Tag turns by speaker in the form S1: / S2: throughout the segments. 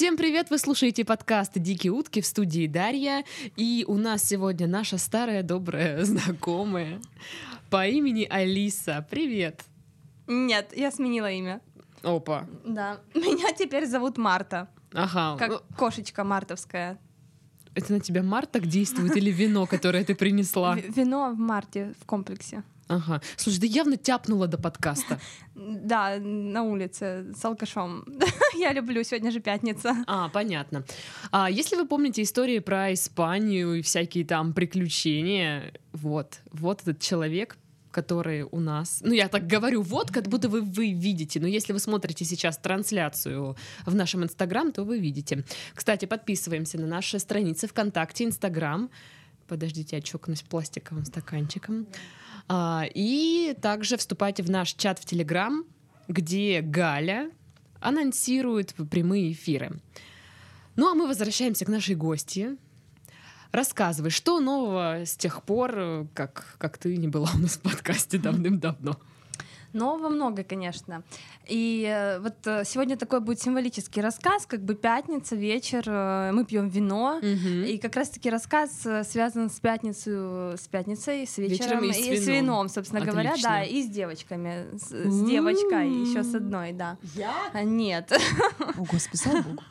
S1: Всем привет! Вы слушаете подкаст «Дикие утки», в студии Дарья. И у нас сегодня наша старая добрая знакомая по имени Алиса. Привет!
S2: Нет, я сменила имя.
S1: Опа.
S2: Да. Меня теперь зовут Марта.
S1: Ага.
S2: Как кошечка мартовская.
S1: Это на тебя Март так действует или вино, которое ты принесла?
S2: Вино в марте в комплексе.
S1: Ага. Слушай, ты явно тяпнула до подкаста.
S2: Да, на улице с алкашом. Я люблю, сегодня же пятница.
S1: Понятно. Если вы помните истории про Испанию и всякие там приключения, вот этот человек, который у нас... Ну, я так говорю, вот, как будто вы видите. Но если вы смотрите сейчас трансляцию в нашем Инстаграм, то вы видите. Кстати, подписываемся на наши страницы ВКонтакте, Инстаграм. Подождите, я чокнусь пластиковым стаканчиком. И также вступайте в наш чат в Телеграм, где Галя анонсирует прямые эфиры. Ну, а мы возвращаемся к нашей гости. Рассказывай, что нового с тех пор, как ты не была у нас в подкасте давным-давно?
S2: Нового много, конечно. И вот сегодня такой будет символический рассказ, как бы пятница, вечер, мы пьем вино, и как раз-таки рассказ связан с пятницей, с вечером и с вином, собственно говоря, да, и с девочками, с девочкой, еще с одной, да.
S3: Я?
S2: Нет.
S3: О, Господи, слава Богу.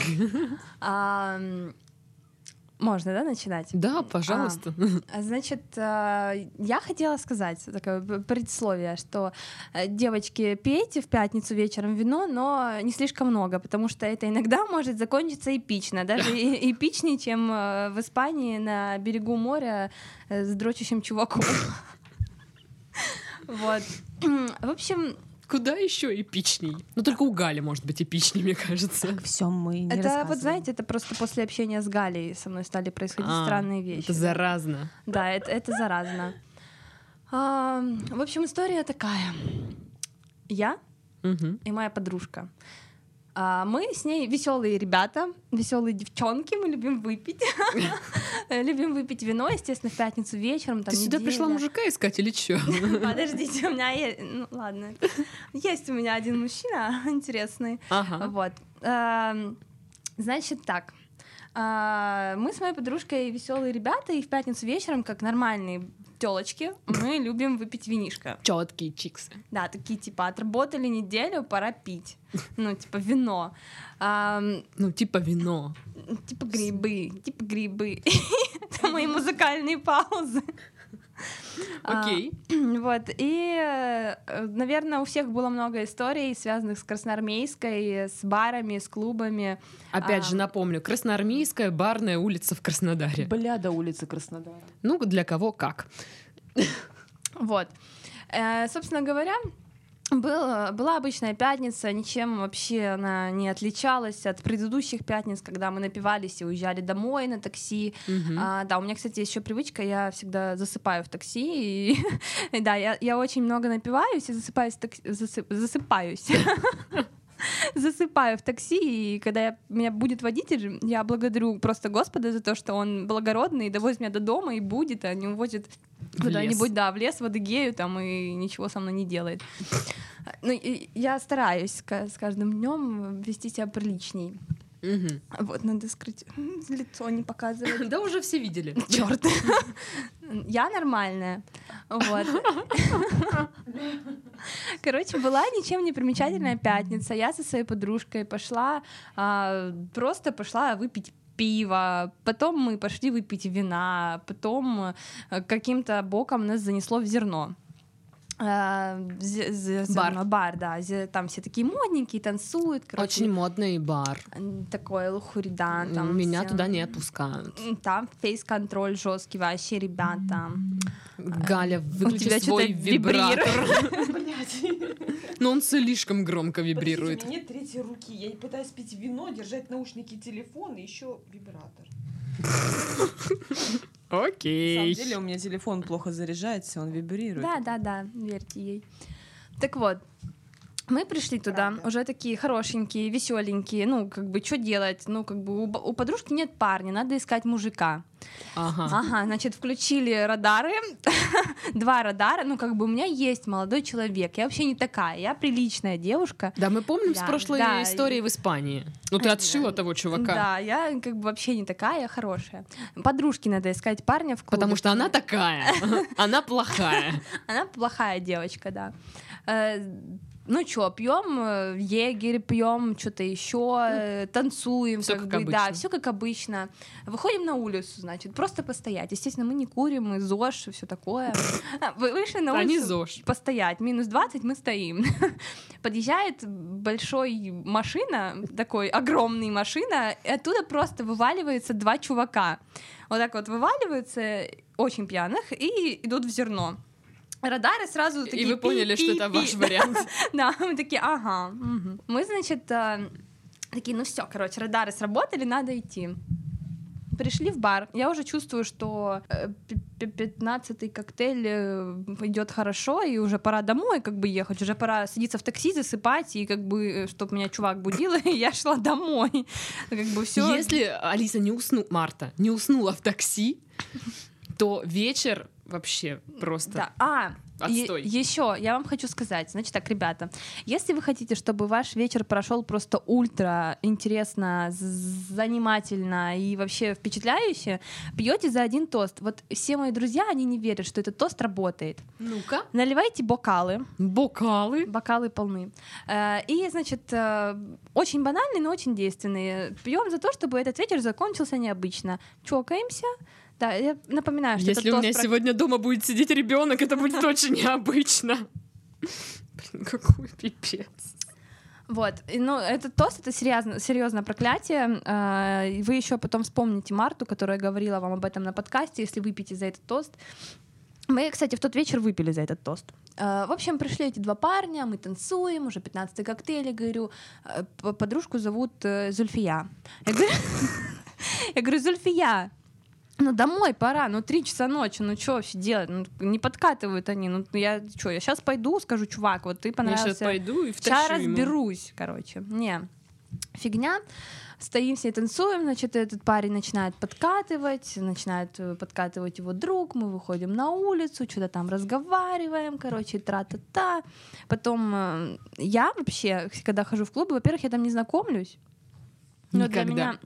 S2: Можно, да, начинать?
S1: Да, пожалуйста.
S2: Значит, я хотела сказать такое предисловие, что, девочки, пейте в пятницу вечером вино, но не слишком много, потому что это иногда может закончиться эпично, даже эпичнее, чем в Испании на берегу моря с дрочащим чуваком. Вот. В общем...
S1: Куда еще эпичней? Ну, только у Гали может быть эпичней, мне кажется.
S3: Так, всё, мы не
S2: Это,
S3: рассказываем.
S2: вот знаете, это просто после общения с Галей со мной стали происходить странные вещи.
S1: Это заразно.
S2: Да, это заразно. В общем, история такая. Я и моя подружка. Мы с ней веселые ребята, веселые девчонки, мы любим выпить. Любим выпить вино, естественно, в пятницу вечером.
S1: Ты сюда пришла мужика искать или что?
S2: Подождите, у меня есть... Ну, ладно. Есть у меня один мужчина интересный. Вот. Значит так. Мы с моей подружкой веселые ребята, и в пятницу вечером, как нормальные тёлочки, мы любим выпить винишко.
S1: Чёткие чиксы.
S2: Да, такие типа отработали неделю, пора пить. Ну, типа вино.
S1: Ну, типа вино.
S2: Типа грибы. Это мои музыкальные паузы.
S1: Окей.
S2: Вот, и, наверное, у всех было много историй, связанных с Красноармейской, с барами, с клубами.
S1: Опять же, напомню, Красноармейская барная улица в Краснодаре.
S3: Бляда, улица Краснодара.
S1: Ну, для кого как.
S2: Вот. Собственно говоря, была обычная пятница, ничем вообще она не отличалась от предыдущих пятниц, когда мы напивались и уезжали домой на такси. Да, у меня, кстати, есть еще привычка, я всегда засыпаю в такси, и да, я очень много напиваюсь и засыпаюсь. Засыпаю в такси, и когда меня будет водитель, я благодарю просто Господа за то, что он благородный и довозит меня до дома и будет, а не увозит куда-нибудь, да, в лес, в Адыгею там и ничего со мной не делает. Ну, я стараюсь с каждым днем вести себя приличней. Вот, надо скрыть лицо, не показывать.
S1: Да уже все видели.
S2: Чёрт. Я нормальная. Вот. Короче, была ничем не примечательная пятница. Я со своей подружкой просто пошла выпить пиво, потом мы пошли выпить вина, потом каким-то боком нас занесло в зерно. Бар, да. Там все такие модненькие, танцуют. Короче,
S1: очень модный бар.
S2: Такой лухуридан. Там
S1: меня
S2: все...
S1: туда не отпускают.
S2: Там фейс-контроль жесткий, вообще, ребята.
S1: Галя, выключи свой вибратор. Но он слишком громко вибрирует.
S3: У меня нет третьей руки. Я пытаюсь пить вино, держать наушники, телефон и еще вибратор.
S1: Окей.
S3: На самом деле у меня телефон плохо заряжается, он вибрирует.
S2: Да, верьте ей. Так вот, мы пришли туда, уже такие хорошенькие, веселенькие, ну, как бы, что делать? Ну, как бы, у подружки нет парня, надо искать мужика. Ага, значит, включили радары, 2 радара, ну, как бы у меня есть молодой человек, я вообще не такая, я приличная девушка.
S1: Да, мы помним с
S2: Да,
S1: прошлой
S2: да.
S1: истории в Испании. Ну, ты отшила того чувака.
S2: Да, я как бы вообще не такая, я хорошая. Подружке надо искать парня в клубе.
S1: Потому что она такая, она плохая.
S2: Она плохая девочка, да. Ну чё, пьем егерь, пьем что-то еще, танцуем,
S1: Всё
S2: как
S1: как
S2: бы, да,
S1: обычно.
S2: все как обычно. Выходим на улицу, значит, просто постоять. Естественно, мы не курим, мы ЗОЖ, все такое. Вышли на
S1: А не
S2: улицу
S1: ЗОЖ.
S2: постоять. Минус 20 мы стоим. Подъезжает большой машина, такой огромный машина, и оттуда просто вываливается 2 чувака. Вот так вот вываливаются, очень пьяных, и идут в зерно. Радары сразу такие...
S1: И вы поняли, что это ваш вариант.
S2: Да, мы такие, ага. Мы, значит, такие, ну все, короче, радары сработали, надо идти. Пришли в бар. Я уже чувствую, что 15-й коктейль идет хорошо, и уже пора домой как бы ехать, уже пора садиться в такси, засыпать, и как бы, чтобы меня чувак будил, и я шла домой. Как бы все.
S1: Если Алиса Марта не уснула в такси, то вечер вообще просто отстой.
S2: Еще я вам хочу сказать, значит так, ребята, если вы хотите, чтобы ваш вечер прошел просто ультра интересно, занимательно и вообще впечатляюще, пьете за один тост. Вот все мои друзья, они не верят, что этот тост работает.
S1: Ну-ка.
S2: Наливайте бокалы.
S1: Бокалы.
S2: Бокалы полны. И, значит, очень банальный, но очень действенный. Пьем за то, чтобы этот вечер закончился необычно. Чокаемся. Да, я напоминаю, что
S1: если у меня сегодня дома будет сидеть ребенок, это будет очень необычно. Блин, какой пипец.
S2: Вот, ну, этот тост — это серьезное проклятие. Вы еще потом вспомните Марту, которая говорила вам об этом на подкасте, если выпьете за этот тост. Мы, кстати, в тот вечер выпили за этот тост. В общем, пришли эти 2 парня, мы танцуем, уже 15-й коктейль, я говорю, подружку зовут Зульфия. Я говорю, Зульфия, ну домой пора, ну 3 часа ночи, ну что вообще делать? Ну, не подкатывают они, ну я сейчас пойду, скажу, чувак, вот ты понравился.
S1: Я сейчас пойду и втащу
S2: сейчас
S1: ему.
S2: разберусь, короче. Не, фигня. Стоим все и танцуем, значит, этот парень начинает подкатывать его друг, мы выходим на улицу, что-то там разговариваем, короче, тра-та-та. Потом я вообще, когда хожу в клубы, во-первых, я там не знакомлюсь. Но для меня...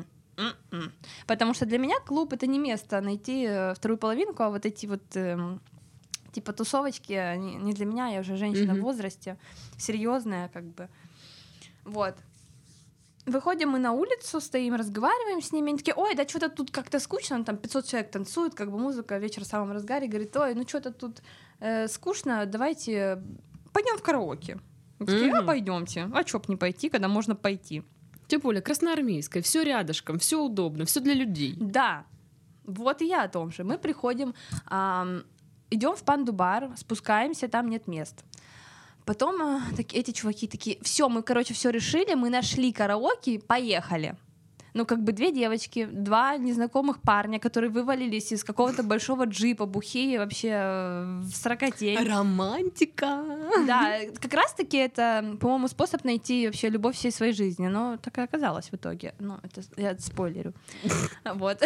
S2: Потому что для меня клуб — это не место найти вторую половинку, а вот эти вот типа тусовочки, они не для меня, я уже женщина в возрасте, серьезная как бы. Вот. Выходим мы на улицу, стоим, разговариваем с ними, они такие, ой, да что-то тут как-то скучно, там 500 человек танцуют, как бы музыка, вечер в самом разгаре, говорит, ой, ну что-то тут скучно, давайте пойдем в караоке. Мы такие, пойдемте, а чё б не пойти, когда можно пойти.
S1: Тем более Красноармейская, все рядышком, все удобно, все для людей.
S2: Да, вот и я о том же. Мы приходим, идем в панду-бар, спускаемся, там нет мест. Потом эти чуваки такие, все, мы, короче, все решили, мы нашли караоке, поехали. Ну, как бы 2 девочки, 2 незнакомых парня, которые вывалились из какого-то большого джипа, бухие вообще в 40-тень.
S1: Романтика!
S2: Да, как раз-таки это, по-моему, способ найти вообще любовь всей своей жизни, но так и оказалось в итоге. Ну, это я спойлерю. Вот.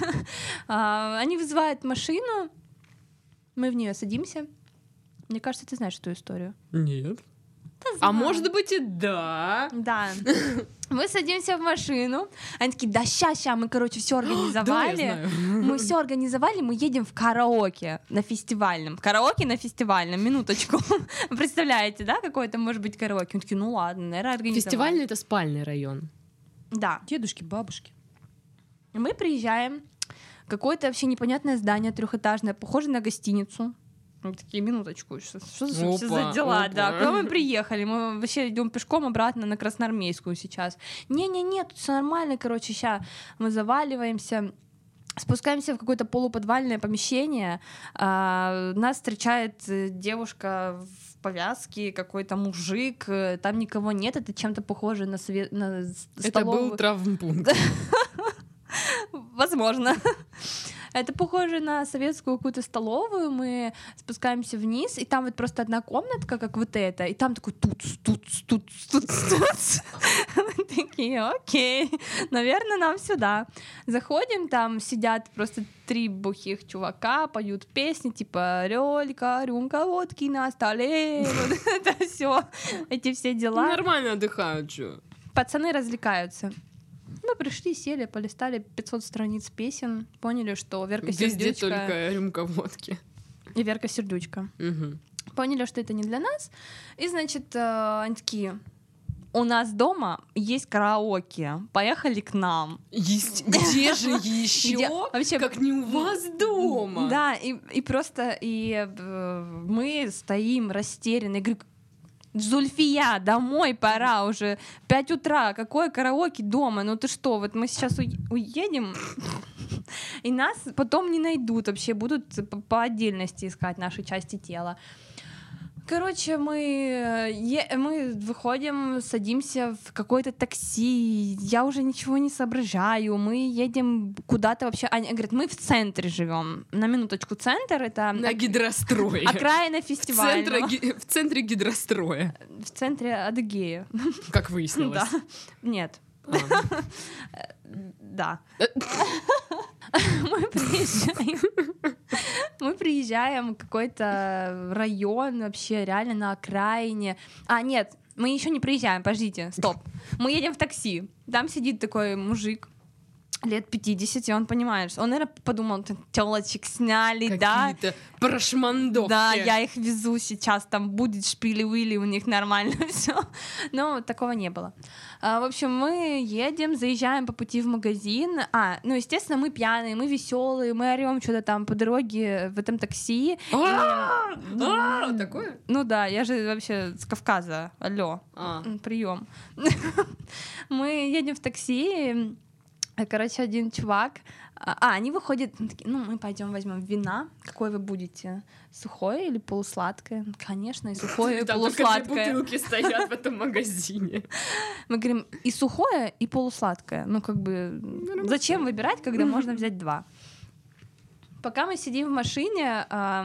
S2: Они вызывают машину, мы в нее садимся. Мне кажется, ты знаешь эту историю.
S1: Нет. А может быть и да.
S2: Да. Мы садимся в машину. Они такие, да ща, мы, короче, все
S1: Да, я
S2: организовали.
S1: знаю.
S2: Мы все организовали, мы едем в караоке на фестивальном. Караоке на фестивальном, минуточку. Представляете, да, какой это может быть караоке? Мы такие, ну ладно, наверное, организовали.
S1: Фестивальный — это спальный район.
S2: Да.
S3: Дедушки, бабушки.
S2: Мы приезжаем в какое-то вообще непонятное здание 3-этажное, похоже на гостиницу. Мы такие, минуточку, что за дела, да, куда мы приехали? Мы вообще идем пешком обратно на Красноармейскую сейчас. Не-не-не, тут все нормально, короче, сейчас мы заваливаемся, спускаемся в какое-то полуподвальное помещение, нас встречает девушка в повязке, какой-то мужик, там никого нет, это чем-то похоже на столовую.
S1: Это был травмпункт.
S2: Возможно. Это похоже на советскую какую-то столовую. Мы спускаемся вниз, и там вот просто одна комнатка, как вот эта, и там такой тут. Мы Окей, наверное, нам сюда. Заходим, там сидят просто 3 бухих чувака, поют песни, типа «Рёлька, рюмка водки на столе», вот это все, эти все дела.
S1: Нормально отдыхают, чё.
S2: Пацаны развлекаются. Мы пришли, сели, полистали 500 страниц песен, поняли, что Верка
S1: Везде
S2: Сердючка
S1: только рюмка водки.
S2: и Верка Сердючка.
S1: Мгм.
S2: Поняли, что это не для нас. И, значит, они такие: у нас дома есть караоке, поехали к нам.
S1: Где же
S2: Где?
S1: еще,
S2: Вообще,
S1: как не у вас дома?
S2: да, и просто мы стоим растерянные. Я говорю: Зульфия, домой пора уже, 5 утра, какое караоке дома, ну ты что, вот мы сейчас уедем, и нас потом не найдут вообще, будут по отдельности искать наши части тела. Короче, мы выходим, садимся в какое-то такси, я уже ничего не соображаю, мы едем куда-то вообще. Аня говорит: мы в центре живем. На минуточку, центр — это
S1: На гидрострое.
S2: окраина фестиваля.
S1: В центре гидростроя,
S2: В центре Адыгеи.
S1: как выяснилось.
S2: Да. Нет.
S1: А.
S2: Да. Мы приезжаем в какой-то район, вообще реально на окраине. Нет, мы еще не приезжаем, подождите, стоп. Мы едем в такси. Там сидит такой мужик лет 50, и он понимает, что он, наверное, подумал: телочек сняли, да?
S1: Какие-то прошмандовки.
S2: Да, я их везу сейчас, там будет шпили-вили, у них нормально все. Но такого не было. В общем, мы едем, заезжаем по пути в магазин. Ну, естественно, мы пьяные, мы веселые, мы орем что-то там по дороге в этом такси.
S1: Такое?
S2: Ну да, я же вообще с Кавказа. Алло, прием. Мы едем в такси. Короче, один чувак. Они выходят, такие: ну, мы пойдем возьмем вина. Какое вы будете? Сухое или полусладкое? Конечно, и сухое, и полусладкое.
S1: Там только 2 бутылки стоят в этом магазине.
S2: Мы говорим: и сухое, и полусладкое. Ну, как бы, зачем выбирать, когда можно взять 2? Пока мы сидим в машине,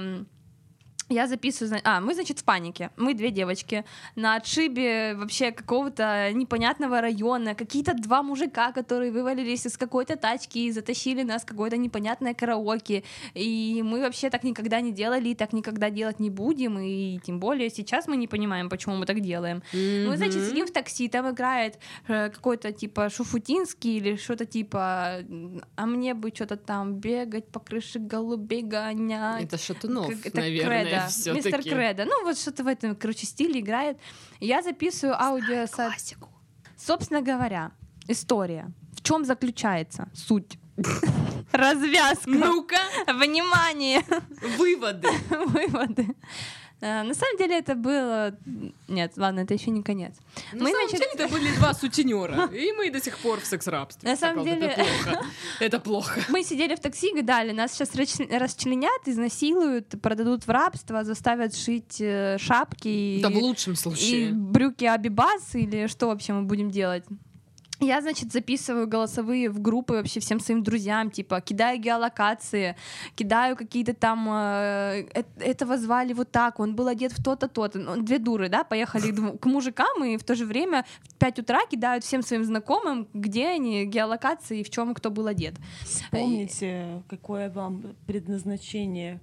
S2: я записываю... мы, значит, в панике. Мы 2 девочки на отшибе вообще какого-то непонятного района. Какие-то 2 мужика, которые вывалились из какой-то тачки и затащили нас в какое-то непонятное караоке. И мы вообще так никогда не делали, и так никогда делать не будем. И тем более сейчас мы не понимаем, почему мы так делаем. Мы, значит, сидим в такси, там играет какой-то типа Шуфутинский или что-то типа «А мне бы что-то там бегать по крыше голубей гонять».
S1: Это Шатунов,
S2: Это
S1: наверное,
S2: Кредо,
S1: всё-таки.
S2: мистер Кредо. Ну, вот что-то в этом, короче, стиле играет. Я записываю аудио...
S1: Классику.
S2: Собственно говоря, история. В чем заключается суть? Развязка.
S1: Ну-ка,
S2: Внимание!
S1: выводы.
S2: Выводы. На самом деле это было... Нет, ладно, это еще не конец.
S1: На самом деле это были 2 сутенера, и мы до сих пор в секс-рабстве.
S2: На самом деле-
S1: Это плохо. Это плохо.
S2: Мы сидели в такси и гадали, нас сейчас расчленят, изнасилуют, продадут в рабство, заставят шить шапки
S1: Это в лучшем
S2: и
S1: случае.
S2: брюки Абибас, или что вообще мы будем делать? Я, значит, записываю голосовые в группы вообще всем своим друзьям, типа, кидаю геолокации, кидаю какие-то там... этого звали вот так, он был одет в то-то, то-то. 2 дуры, да, поехали к мужикам, и в то же время в 5 утра кидают всем своим знакомым, где они, геолокации, и в чем кто был одет.
S3: Помните, какое вам предназначение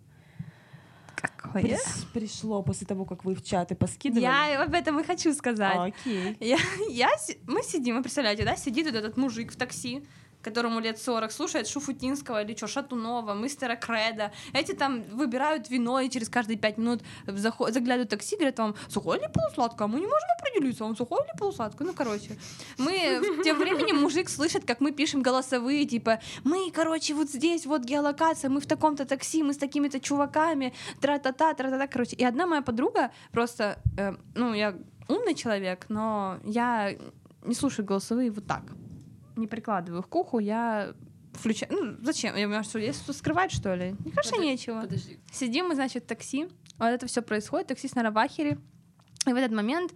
S2: Какое?
S3: пришло после того, как вы в чаты поскидывали?
S2: Я об этом и хочу сказать.
S3: Окей.
S2: Мы сидим, вы представляете, да, сидит вот этот мужик в такси, которому лет 40, слушает Шуфутинского или что, Шатунова, мистера Кредо. Эти там выбирают вино и через каждые 5 минут заглядывают в такси, говорят вам: сухое или полусладкое? Мы не можем определиться, он сухое или полусладкое? Ну, короче. Тем временем мужик слышит, как мы пишем голосовые, типа: мы, короче, вот здесь, вот геолокация, мы в таком-то такси, мы с такими-то чуваками, тра-та-та, короче. И одна моя подруга просто, я умный человек, но я не слушаю голосовые вот так. Не прикладываю их к уху, я включаю... Ну, зачем? Я что, есть что скрывать, что ли? Мне кажется, нечего.
S1: Подожди.
S2: Сидим мы, значит, в такси, вот это все происходит, таксист на Равахере, и в этот момент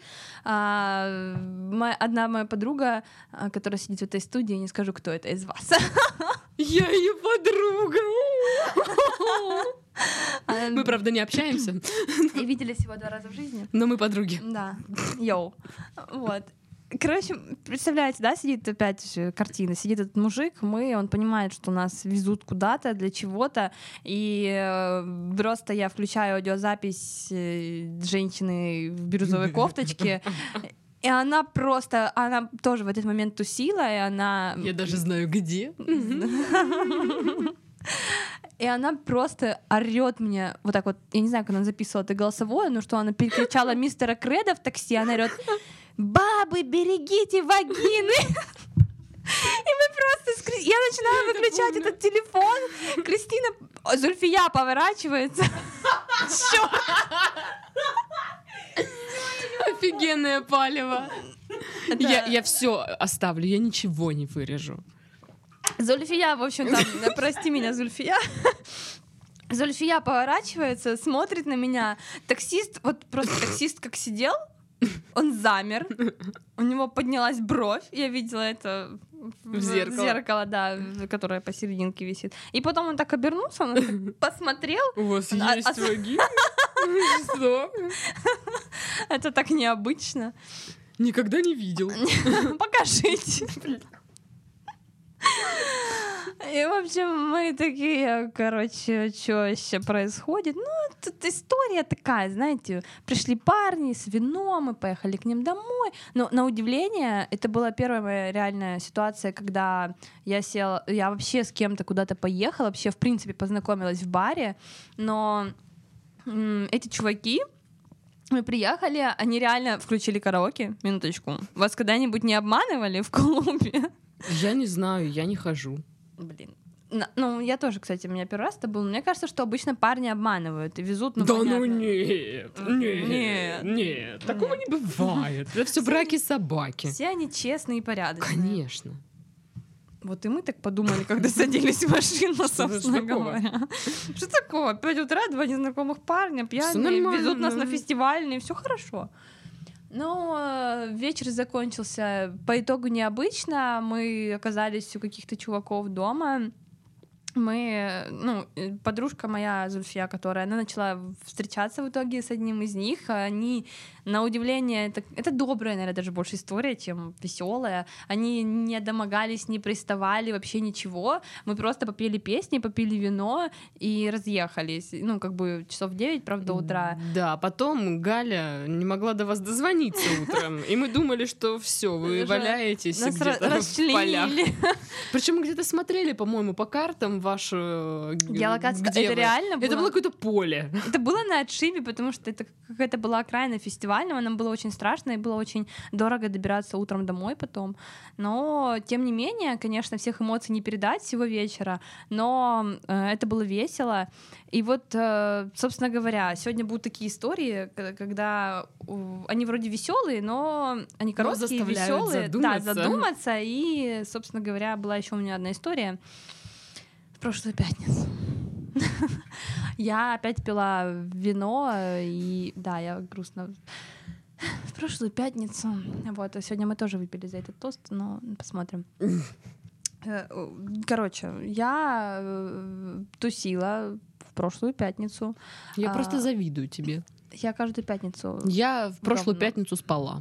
S2: одна моя подруга, которая сидит в этой студии, не скажу, кто это из вас.
S1: Я ее подруга. Мы, правда, не общаемся,
S2: И виделись всего 2 раза в жизни.
S1: но мы подруги.
S2: Да, йоу. Вот. Короче, представляете, да, сидит опять картина, сидит этот мужик, он понимает, что нас везут куда-то для чего-то, и просто я включаю аудиозапись женщины в бирюзовой кофточке, и она тоже в этот момент тусила, и она...
S1: Я даже знаю, где.
S2: И она просто орёт мне вот так вот, я не знаю, как она записывала это голосовое, но что она перекричала мистера Креда в такси, она орёт: «Бабы, берегите вагины!» И мы просто... Я начинаю выключать этот телефон, Кристина... Зульфия поворачивается. Чёрт!
S1: Офигенное палево. Я все оставлю, я ничего не вырежу.
S2: Зульфия, в общем, там, прости меня, Зульфия. Зульфия поворачивается, смотрит на меня. Таксист, вот просто таксист как сидел, он замер, у него поднялась бровь, я видела это в зеркало, да, которое посерединке висит. И потом он так обернулся, он так посмотрел.
S1: У вас есть вагина? Что?
S2: Это так необычно.
S1: Никогда не видел.
S2: Покажите. И, в общем, мы такие, короче, что вообще происходит? Ну, тут история такая, знаете, пришли парни с вином, мы поехали к ним домой. Но, на удивление, это была первая моя реальная ситуация, когда я вообще с кем-то куда-то поехала, вообще, в принципе, познакомилась в баре, но эти чуваки, мы приехали, они реально включили караоке, минуточку. Вас когда-нибудь не обманывали в клубе?
S1: Я не знаю, я не хожу.
S2: Блин. Ну, я тоже, кстати, у меня первый раз это был. Мне кажется, что обычно парни обманывают и везут,
S1: Да
S2: понятно.
S1: ну нет, такого не бывает. Это все браки собаки.
S2: Все они честные и порядочные.
S1: Конечно.
S2: Вот и мы так подумали, когда садились в машину, собственно говоря. Что такого? 5 утра, 2 незнакомых парня, пьяные, везут нас на фестивальный, все хорошо. Но вечер закончился по итогу необычно. Мы оказались у каких-то чуваков дома. Подружка моя, Зульфия, она начала встречаться в итоге с одним из них. Они, на удивление, это добрая, наверное, даже больше история, чем веселая. Они не домогались, не приставали, вообще ничего. Мы просто попели песни, попили вино и разъехались. Ну, как бы часов 9, правда, утра.
S1: Да, потом Галя не могла до вас дозвониться утром, и мы думали, что все, вы валяетесь где-то в полях. Причем мы где-то смотрели, по-моему, по картам вашу...
S2: Геолокация. Это реально было?
S1: Это было какое-то поле.
S2: Это было на отшибе, потому что это какая-то была окраина фестивального, нам было очень страшно, и было очень дорого добираться утром домой потом. Но, тем не менее, конечно, всех эмоций не передать всего вечера, но это было весело. И вот, собственно говоря, сегодня будут такие истории, когда они вроде веселые, но они короткие, веселые, да, задуматься. И, собственно говоря, была еще у меня одна история. В прошлую пятницу я опять пила вино, и да, я грустно. В прошлую пятницу. Вот, а сегодня мы тоже выпили за этот тост, но посмотрим. Короче, я тусила в прошлую пятницу.
S1: Я просто завидую тебе.
S2: Я каждую пятницу.
S1: Я в прошлую пятницу спала.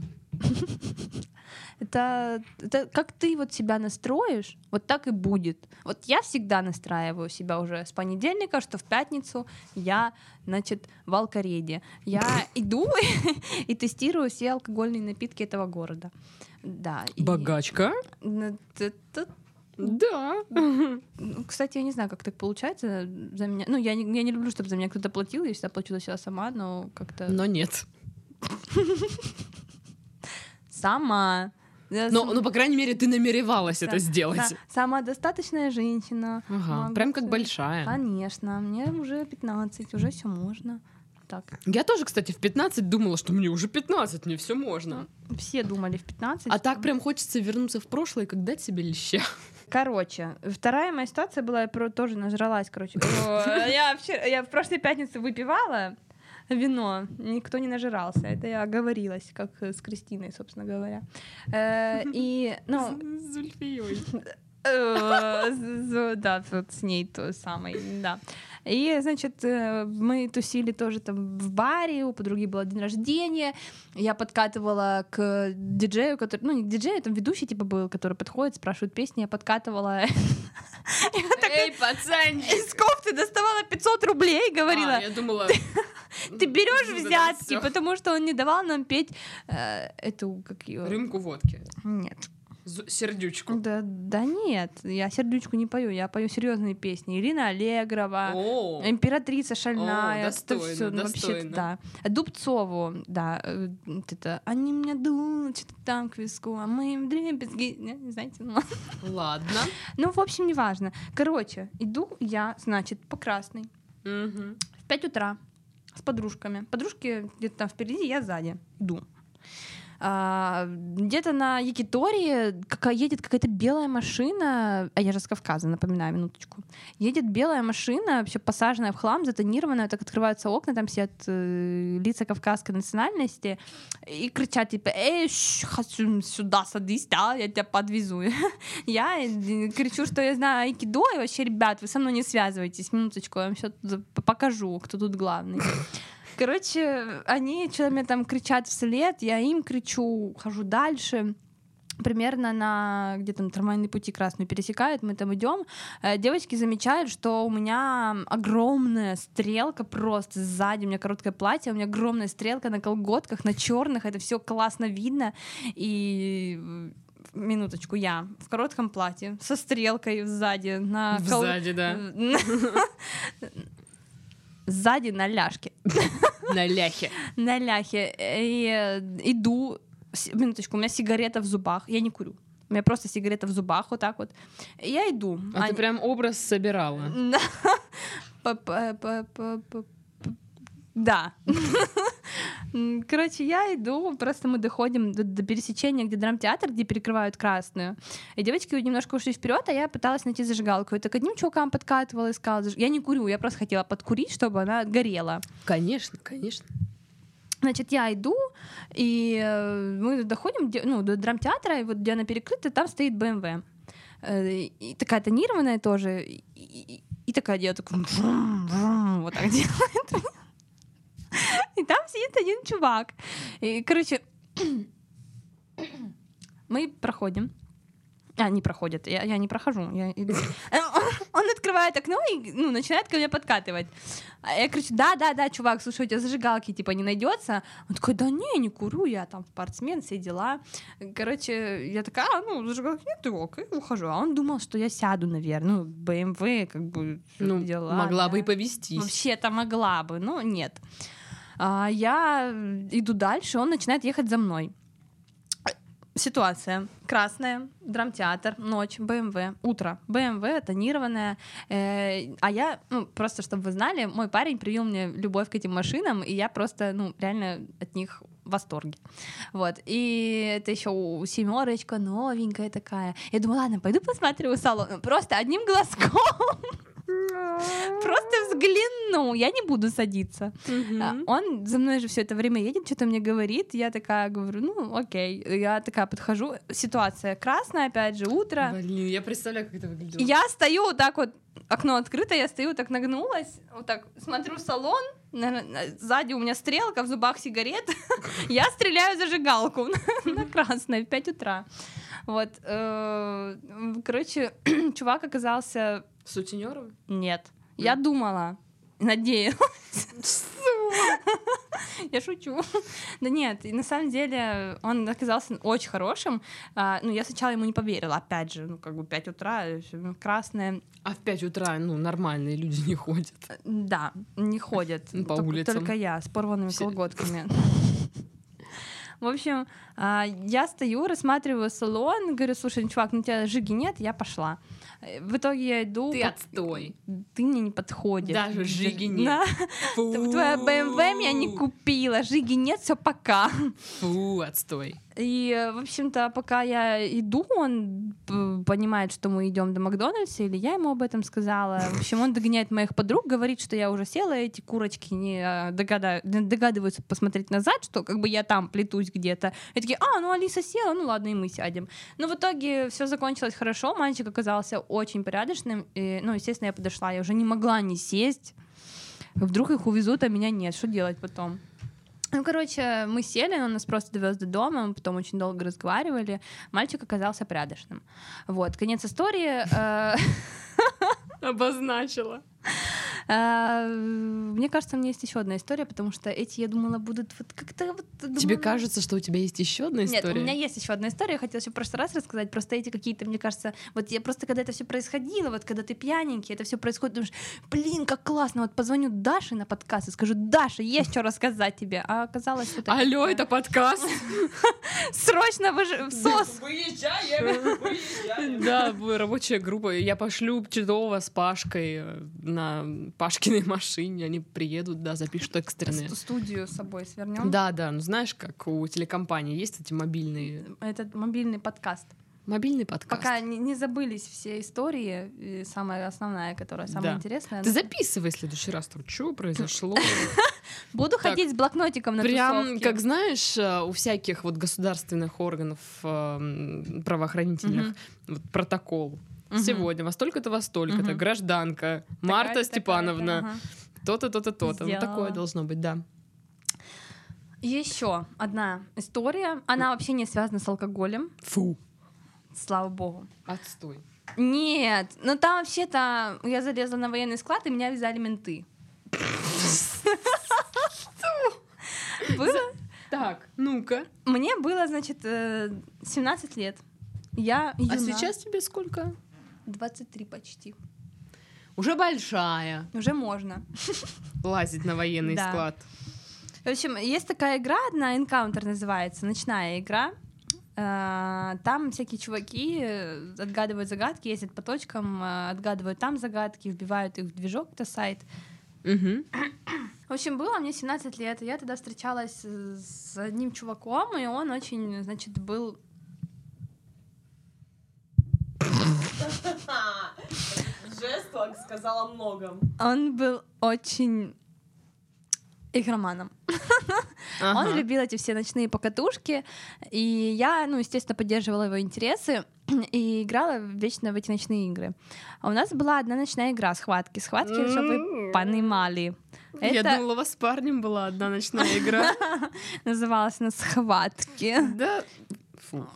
S2: Это как ты вот себя настроишь, вот так и будет. Вот я всегда настраиваю себя уже с понедельника, что в пятницу я, значит, в алкореде. Я иду и тестирую все алкогольные напитки этого города. Да.
S1: Богачка? Да.
S2: Кстати, я не знаю, как так получается за меня. Ну, я не люблю, чтобы за меня кто-то платил, я всегда плачу за себя сама, но как-то...
S1: Но нет.
S2: Сама.
S1: Ну, по крайней мере, ты намеревалась это сделать.
S2: Да. Самодостаточная женщина.
S1: Ага, прям как большая.
S2: Конечно, мне уже 15, уже все можно. Так.
S1: Я тоже, кстати, в 15 думала, что мне уже 15, мне все можно.
S2: Все думали в 15.
S1: А так прям хочется вернуться в прошлое и как дать себе леща.
S2: Короче, вторая моя ситуация была, я тоже нажралась, короче. Я в прошлой пятнице выпивала вино, никто не нажирался. Это я оговорилась, как с Кристиной, собственно говоря. И, ну...
S1: С Зульфией.
S2: Да, вот с ней то самой, да. И, значит, мы тусили тоже там в баре, у подруги был день рождения, я подкатывала к диджею, который, ну, не к диджею, там ведущий типа был, который подходит, спрашивает песни, я подкатывала.
S1: Эй, пацанчик!
S2: Из кофты доставала 500 рублей, говорила,
S1: Я думала...
S2: ты берешь
S1: Ну да,
S2: взятки,
S1: всё.
S2: потому что он не давал нам петь эту, как ее...
S1: Рюмку водки.
S2: Нет.
S1: Сердючку.
S2: Да нет, я сердючку не пою, я пою серьезные песни. Ирина Аллегрова,
S1: О,
S2: Императрица шальная,
S1: О,
S2: это
S1: достойно,
S2: всё, ну, вообще,
S1: достойно.
S2: да. Дубцову, да, вот это, они меня дуют, что-то там к виску, а мы им дребезги, не знаете, ну.
S1: ладно.
S2: Ну, в общем, неважно. Короче, иду я, значит, по Красной
S1: Мгм.
S2: в 5 утра с подружками. Подружки где-то там впереди, я сзади иду. Где-то на Якитории едет какая-то белая машина, а я же с Кавказа, напоминаю, минуточку. Едет белая машина, вообще посаженная в хлам, затонированная, так открываются окна, там сидят лица кавказской национальности и кричат типа: «Эй, сюда садись, да, я тебя подвезу». Я кричу, что я знаю айкидо, и вообще, ребят, вы со мной не связывайтесь, минуточку, я вам сейчас покажу, кто тут главный. Короче, они что-то мне там кричат вслед, я им кричу, хожу дальше. Примерно на где-то на трамвайные пути Красную пересекают, мы там идем. Девочки замечают, что у меня огромная стрелка просто сзади, у меня короткое платье, у меня огромная стрелка на колготках, на черных, это все классно видно. И минуточку, я в коротком платье со стрелкой сзади на
S1: Сзади, да.
S2: Сзади на ляжке.
S1: На ляхе.
S2: На ляхе. И иду. Минуточку, у меня сигарета в зубах. Я не курю. У меня просто сигарета в зубах, вот так вот. И я иду.
S1: А ты прям образ собирала.
S2: Да. Короче, я иду, просто мы доходим до пересечения, где драмтеатр, где перекрывают Красную. И девочки немножко ушли вперед, а я пыталась найти зажигалку. И так одним чувакам подкатывала, искала. Я не курю, я просто хотела подкурить, чтобы она горела.
S1: Конечно, конечно.
S2: Значит, я иду, и мы доходим до драмтеатра, и вот где она перекрыта, там стоит BMW. И такая тонированная тоже, и такая делает, вот так делает. И там сидит один чувак. И, короче, мы проходим. Не проходят, я не прохожу. Я иду. Он открывает окно и начинает ко мне подкатывать. А я кричу: да, чувак, слушай, у тебя зажигалки типа не найдется? Он такой: да не курю, я там спортсмен, все дела. Короче, я такая: зажигалки нет, окей, ухожу. А он думал, что я сяду, наверное. BMW, как бы, дела.
S1: Могла бы и повестись.
S2: Вообще-то могла бы, но нет. Я иду дальше, он начинает ехать за мной. Ситуация. Красная, драмтеатр, ночь, БМВ, утро. БМВ тонированная. А я, просто чтобы вы знали, мой парень привил мне любовь к этим машинам, и я просто, реально от них в восторге. Вот. И это еще семерочка новенькая такая. Я думаю, ладно, пойду посмотрю салон. Просто одним глазком. Просто взгляну, я не буду садиться. Он за мной же все это время едет, что-то мне говорит, я такая говорю: окей. Я такая подхожу, ситуация красная, опять же, утро.
S1: Блин, я представляю, как это выглядело.
S2: Я стою вот так вот, окно открыто, я стою так нагнулась, вот так смотрю в салон, сзади у меня стрелка, в зубах сигарет, я стреляю зажигалку на красное в 5 утра. Вот, короче, чувак оказался...
S1: Сутенёром?
S2: Нет. Я думала, надеялась. Я шучу. Да нет, и на самом деле он оказался очень хорошим. Я сначала ему не поверила. Опять же, 5 утра, красное.
S1: А в 5 утра, нормальные люди не ходят.
S2: Да, не ходят.
S1: По улицам.
S2: Только я с порванными колготками. В общем, я стою, рассматриваю салон, говорю: слушай, чувак, у тебя жиги нет, я пошла. В итоге я иду...
S1: Ты отстой.
S2: Ты мне не подходишь.
S1: Даже жиги нет.
S2: Твоя BMW меня не купила, жиги нет, все, пока.
S1: Фу, отстой.
S2: И, в общем-то, пока я иду, он понимает, что мы идем до Макдональдса, или я ему об этом сказала. В общем, он догоняет моих подруг, говорит, что я уже села, эти курочки не догадываются посмотреть назад, что как бы я там плетусь где-то. И такие, ну Алиса села, ну ладно, и мы сядем. Но в итоге все закончилось хорошо, мальчик оказался очень порядочным. И, ну, естественно, я подошла, я уже не могла не сесть. Вдруг их увезут, а меня нет, что делать потом? Ну, короче, мы сели, он нас просто довез до дома, мы потом очень долго разговаривали. Мальчик оказался порядочным. Вот, конец истории.
S1: Обозначила.
S2: Мне кажется, у меня есть еще одна история, потому что эти, я думала, будут вот как-то... Вот,
S1: Тебе кажется, что у тебя есть еще одна история?
S2: Нет, у меня есть еще одна история, я хотела еще в прошлый раз рассказать, просто эти какие-то, мне кажется, вот я просто, когда это все происходило, вот когда ты пьяненький, это все происходит, думаешь, блин, как классно, вот позвоню Даше на подкаст и скажу, Даша, есть что рассказать тебе, а оказалось, что...
S1: Алло, это подкаст?
S2: Срочно в СОС!
S3: Выезжаем!
S1: Да, рабочая группа. Я пошлю Чедова с Пашкой на Пашкиной машине. Они приедут, да, запишут экстренные.
S2: Студию с собой свернем.
S1: Да, ну знаешь, как у телекомпании есть эти мобильные...
S2: Этот мобильный подкаст.
S1: Мобильный подкаст.
S2: Пока не забылись все истории, и самая основная, которая самая интересная.
S1: Ты записывай в следующий раз, что произошло.
S2: Буду ходить с блокнотиком на
S1: Прям,
S2: тусовки.
S1: как знаешь, у всяких вот государственных органов правоохранительных протокол. Сегодня во столько-то, во столько-то, гражданка Марта Степановна, то-то, то-то, то-то. Вот такое должно быть, да.
S2: Еще одна история. Она вообще не связана с алкоголем.
S1: Фу.
S2: Слава богу.
S1: Отстой.
S2: Нет, ну там вообще-то я залезла на военный склад, и меня вязали менты. Было?
S1: Так, ну-ка.
S2: Мне было, значит, 17 лет. Я юна.
S1: А сейчас тебе сколько?
S2: 23 почти.
S1: Уже большая.
S2: Уже можно.
S1: Лазить на военный
S2: Да.
S1: склад.
S2: В общем, есть такая игра, одна Encounter называется, ночная игра. Там всякие чуваки отгадывают загадки, ездят по точкам, отгадывают там загадки, вбивают их в движок, это сайт.
S1: Угу.
S2: В общем, было мне 17 лет, и я тогда встречалась с одним чуваком, и он очень, значит, был...
S3: Жест сказала о многом.
S2: Он был очень игроманом. Он любил эти все ночные покатушки, и я, ну, естественно, поддерживала его интересы и играла вечно в эти ночные игры. А у нас была одна ночная игра «Схватки». «Схватки», чтобы вы понимали.
S1: Я думала, у вас с парнем была одна ночная игра.
S2: Называлась она «Схватки».
S1: Да. Фу.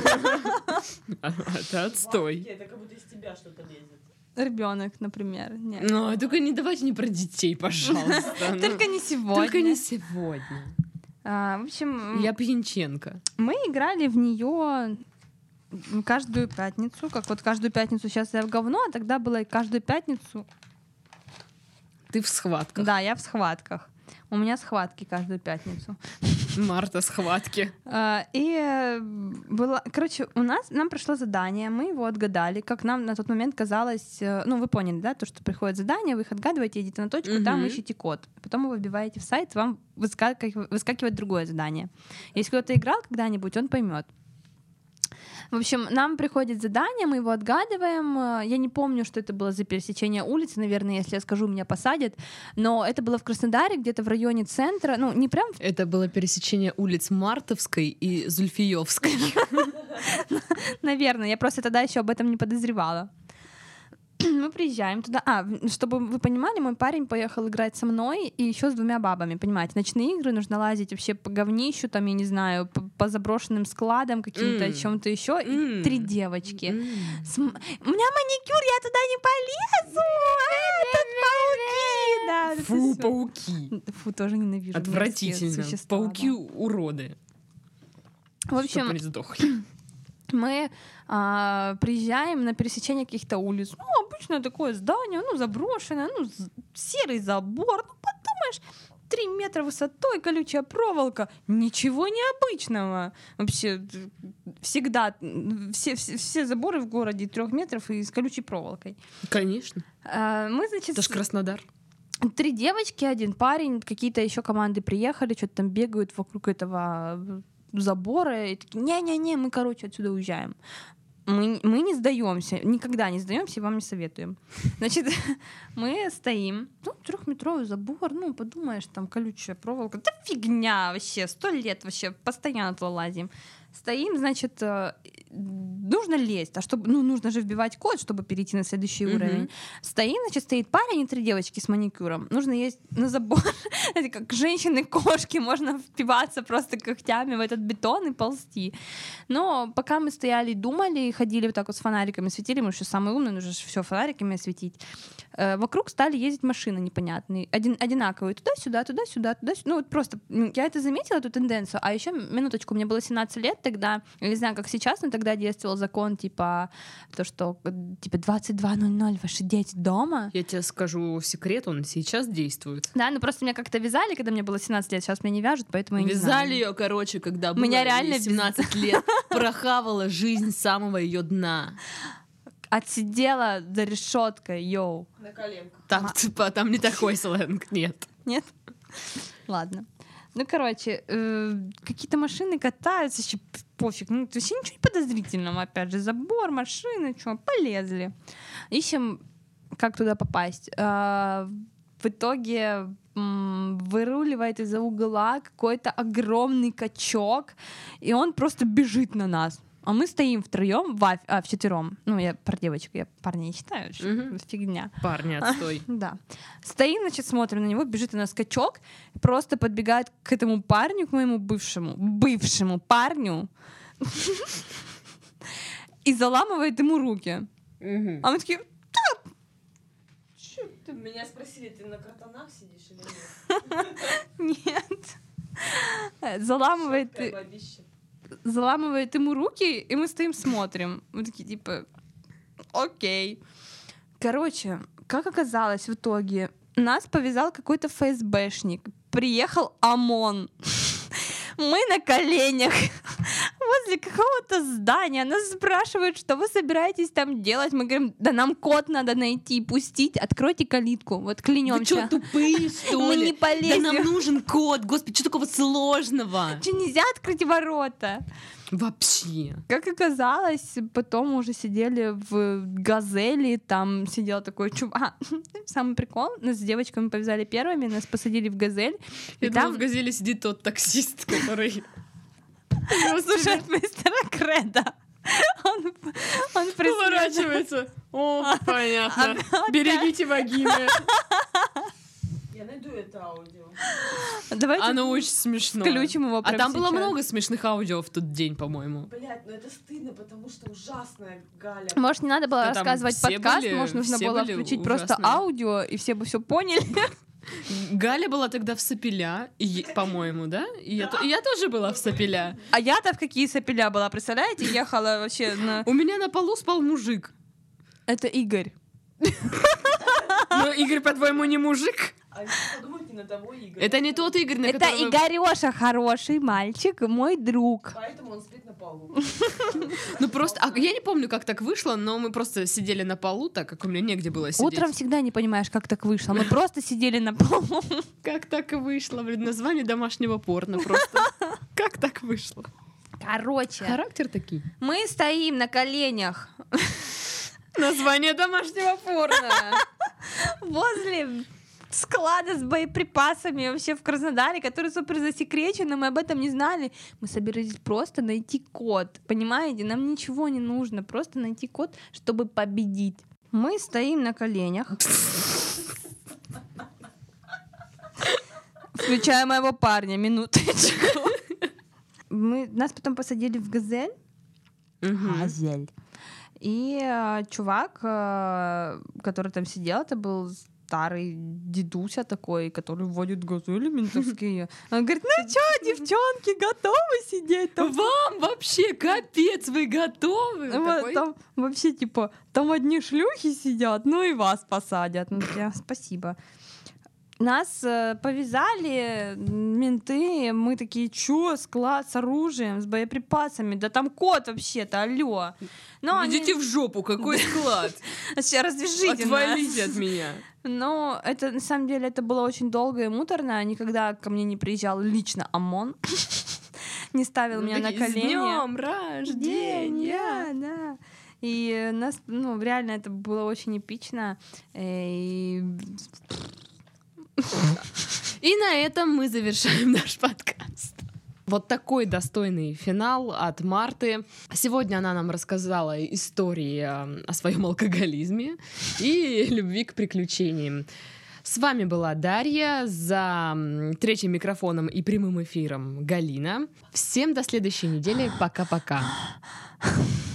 S1: Это отстой.
S3: Это как будто из тебя что-то лезет.
S2: Ребенок, например. Нет.
S1: Ну, только не давайте не про детей, пожалуйста.
S2: Только не сегодня.
S1: Только не сегодня.
S2: В общем,
S1: Я пьянченко.
S2: мы играли в нее каждую пятницу. Как вот каждую пятницу сейчас я в говно, а тогда было и каждую пятницу.
S1: Ты в схватках.
S2: Да, я в схватках. У меня схватки каждую пятницу.
S1: Марта схватки.
S2: И было, короче, нам пришло задание, мы его отгадали, как нам на тот момент казалось, ну вы поняли, да, то, что приходит задание, вы их отгадываете, идите на точку, там ищите код, потом вы вбиваете в сайт, вам выскакивает другое задание. Если кто-то играл когда-нибудь, он поймет. В общем, нам приходит задание, мы его отгадываем. Я не помню, что это было за пересечение улицы, наверное, если я скажу, меня посадят. Но это было в Краснодаре, где-то в районе центра. Ну, не прям...
S1: Это было пересечение улиц Мартовской и Зульфиевской.
S2: Наверное, я просто тогда еще об этом не подозревала. Мы приезжаем туда. Чтобы вы понимали, мой парень поехал играть со мной и еще с 2 бабами, понимаете? Ночные игры, нужно лазить вообще по говнищу, там, я не знаю, по заброшенным складам каким-то, чем-то еще. И 3 девочки. У меня маникюр, я туда не полезу! Тут пауки! Да,
S1: Фу, пауки.
S2: Фу, тоже ненавижу.
S1: Отвратительно. Пауки уроды.
S2: В общем,
S1: они сдохли.
S2: мы приезжаем на пересечение каких-то улиц. Ну, обычное такое здание, ну, заброшенное, ну, серый забор. Ну, подумаешь, 3 метра высотой, колючая проволока. Ничего необычного. Вообще, всегда все заборы в городе 3 метров и с колючей проволокой.
S1: Конечно.
S2: Мы, значит...
S1: Это ж Краснодар.
S2: 3 девочки, 1 парень, какие-то еще команды приехали, что-то там бегают вокруг этого забора, и такие, не-не-не, мы, короче, отсюда уезжаем. Мы не сдаемся, никогда не сдаемся и вам не советуем. Значит, мы стоим, 3-метровый забор, подумаешь, там колючая проволока, да фигня вообще, 100 лет вообще, постоянно туда лазим. Стоим, значит, нужно лезть, а чтобы, нужно же вбивать код, чтобы перейти на следующий уровень. Стоим, значит, стоит парень и 3 девочки с маникюром. Нужно есть на забор, это как женщины-кошки, можно впиваться просто когтями в этот бетон и ползти. Но пока мы стояли и думали, ходили вот так вот с фонариками, светили, мы еще самые умные, нужно же все фонариками осветить. Вокруг стали ездить машины непонятные, одинаковые, туда-сюда, туда-сюда, туда-сюда. Вот просто я это заметила, эту тенденцию. А еще минуточку, мне было 17 лет тогда, я не знаю, как сейчас, но тогда действовал закон, типа, то, что, типа, 22:00 ваши дети дома.
S1: Я тебе скажу секрет, он сейчас действует.
S2: Да, просто меня как-то вязали, когда мне было 17 лет, сейчас меня не вяжут, поэтому я не знаю.
S1: Вязали ее, короче, когда было
S2: Меня реально
S1: 17 лет. Прохавала жизнь с самого ее дна.
S2: Отсидела за решеткой, йоу.
S3: На коленках.
S1: Там, типа, там не такой сленг, нет.
S2: Нет? Ладно. Короче, какие-то машины катаются, еще пофиг. Вообще ничего не подозрительного, опять же. Забор, машины, что, полезли. Ищем, как туда попасть. В итоге выруливает из-за угла какой-то огромный качок, и он просто бежит на нас. А мы стоим втроем, вчетвером. Я про девочек, я парня не считаю, фигня.
S1: Парни, отстой.
S2: Да. Стоим, значит, смотрим на него, бежит у нас качок, просто подбегает к этому парню, к моему бывшему парню, и заламывает ему руки. А мы такие,
S3: Меня спросили, ты на картонах сидишь или
S2: нет. Заламывает ему руки, и мы стоим, смотрим. Мы такие, типа, окей. Короче, как оказалось в итоге, нас повязал какой-то ФСБшник. Приехал ОМОН. Мы на коленях возле какого-то здания. Нас спрашивают, что вы собираетесь там делать. Мы говорим, да нам код надо найти, пустить. Откройте калитку. Вот клянемся.
S1: Вы что, тупые, что
S2: Мы
S1: ли?
S2: не полезем.
S1: Да нам нужен код. Господи, что такого сложного?
S2: Что, нельзя открыть ворота?
S1: Вообще.
S2: Как оказалось, потом мы уже сидели в «Газели», там сидел такой чувак. Самый прикол, нас с девочками повязали первыми, нас посадили в «Газель».
S1: Я
S2: и
S1: думала,
S2: там
S1: в «Газели» сидит тот таксист, который...
S2: слушает мистера Креда. Он
S1: Поворачивается. О, понятно. Берегите вагины.
S3: Я найду это аудио.
S2: Давайте
S1: Оно очень смешно.
S2: включим его
S1: А
S2: прямо
S1: там было
S2: сейчас.
S1: много смешных аудио в тот день, по-моему.
S3: Блять, это стыдно, потому что ужасная Галя.
S2: Может, не надо было
S1: Что там,
S2: рассказывать
S1: все
S2: подкаст,
S1: были-
S2: может, нужно
S1: все
S2: было
S1: были
S2: включить просто
S1: ужасные?
S2: аудио, и все бы все поняли.
S1: Галя была тогда в Сапеля, по-моему, да? И я тоже была в Сапеля.
S2: А я-то в какие сопеля была, представляете? Ехала вообще на...
S1: У меня на полу спал мужик.
S2: Это Игорь.
S1: Но Игорь, по-твоему, не мужик?
S3: А подумать не на того Игоря.
S1: Это не тот Игорь, на
S2: Это
S1: которого...
S2: Игорёша хороший мальчик, мой друг.
S3: Поэтому он спит на полу.
S1: Ну просто, я не помню, как так вышло, но мы просто сидели на полу, так как у меня негде было сидеть.
S2: Утром всегда не понимаешь, как так вышло. Мы просто сидели на полу.
S1: Как так и вышло, блин, название домашнего порно просто. Как так вышло?
S2: Короче,
S1: Характер такие.
S2: мы стоим на коленях
S1: Название домашнего порно.
S2: возле склада с боеприпасами вообще в Краснодаре, который супер засекречен, но мы об этом не знали. Мы собирались просто найти код, понимаете? Нам ничего не нужно, просто найти код, чтобы победить. Мы стоим на коленях. Включая моего парня, минуточку. Нас потом посадили в «Газель». «Газель». И чувак, который там сидел, это был старый дедуся такой, который водит «Газели» ментовские. Он говорит, ну чё, девчонки, готовы сидеть там?
S1: Вам вообще капец, вы готовы?
S2: Вот,
S1: Такой?
S2: там вообще, типа, там одни шлюхи сидят, ну и вас посадят. Ну, спасибо. Нас повязали менты, мы такие, чё, склад с оружием, с боеприпасами, да там код вообще-то, алло. Но
S1: Идите в жопу, какой склад?
S2: развяжите
S1: Отвалите от меня.
S2: Но это, на самом деле, это было очень долго и муторно. Никогда ко мне не приезжал лично ОМОН. не ставил меня на
S1: Такие, «С
S2: колени.
S1: днём рождения!»
S2: Да. И нас, ну, реально это было очень эпично. И
S1: И на этом мы завершаем наш подкаст. Вот такой достойный финал от Марты. Сегодня она нам рассказала истории о своем алкоголизме и любви к приключениям. С вами была Дарья, за третьим микрофоном и прямым эфиром Галина. Всем до следующей недели. Пока-пока.